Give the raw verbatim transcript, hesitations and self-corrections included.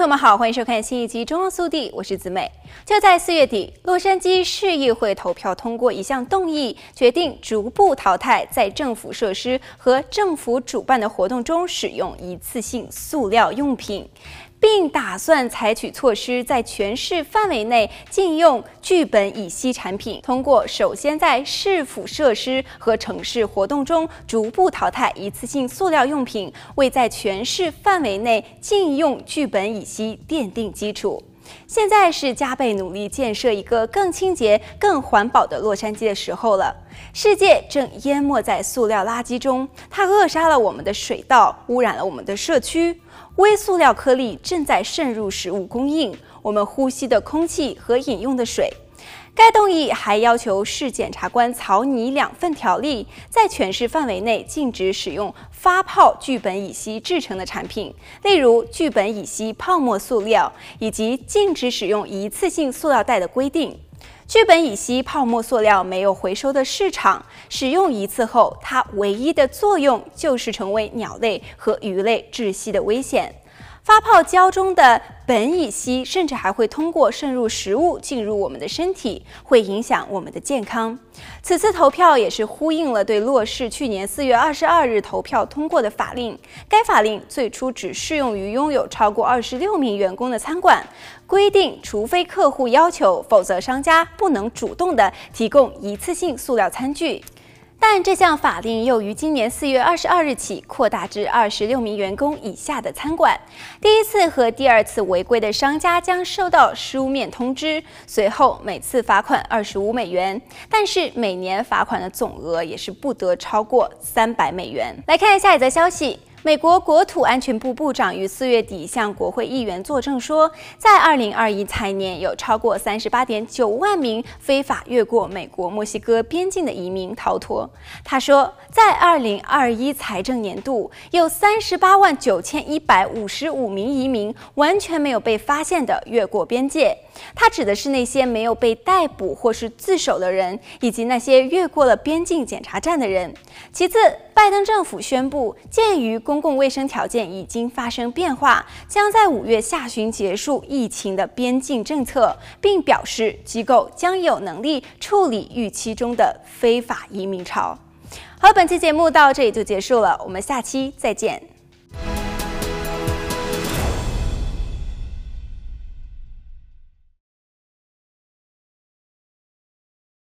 朋友们好，欢迎收看新一集《中央速递》，我是子美。就在四月底，洛杉矶市议会投票通过一项动议，决定逐步淘汰在政府设施和政府主办的活动中使用一次性塑料用品，并打算采取措施，在全市范围内禁用聚苯乙烯产品。通过首先在市府设施和城市活动中逐步淘汰一次性塑料用品，为在全市范围内禁用聚苯乙烯奠定基础。现在是加倍努力建设一个更清洁、更环保的洛杉矶的时候了。世界正淹没在塑料垃圾中，它扼杀了我们的水道，污染了我们的社区。微塑料颗粒正在渗入食物供应，我们呼吸的空气和饮用的水。该动议还要求市检察官草拟两份条例，在全市范围内禁止使用发泡聚苯乙烯制成的产品，例如聚苯乙烯泡沫塑料，以及禁止使用一次性塑料袋的规定。聚苯乙烯泡沫塑料没有回收的市场，使用一次后，它唯一的作用就是成为鸟类和鱼类窒息的危险。发泡胶中的苯乙烯甚至还会通过渗入食物进入我们的身体，会影响我们的健康。此次投票也是呼应了对洛市去年四月二十二日投票通过的法令。该法令最初只适用于拥有超过二十六名员工的餐馆，规定除非客户要求，否则商家不能主动地提供一次性塑料餐具。但这项法令又于今年四月二十二日起扩大至二十六名员工以下的餐馆。第一次和第二次违规的商家将受到书面通知，随后每次罚款二十五美元，但是每年罚款的总额也是不得超过三百美元。来看下一则消息。美国国土安全部部长于四月底向国会议员作证说，在二零二一财年有超过三十八点九万名非法越过美国墨西哥边境的移民逃脱。他说，在二零二一财政年度有三十八万九千一百五十五名移民完全没有被发现的越过边界。他指的是那些没有被逮捕或是自首的人，以及那些越过了边境检查站的人。其次，拜登政府宣布，鉴于公共卫生条件已经发生变化，将在五月下旬结束疫情的边境政策，并表示机构将有能力处理预期中的非法移民潮。好，本期节目到这里就结束了，我们下期再见。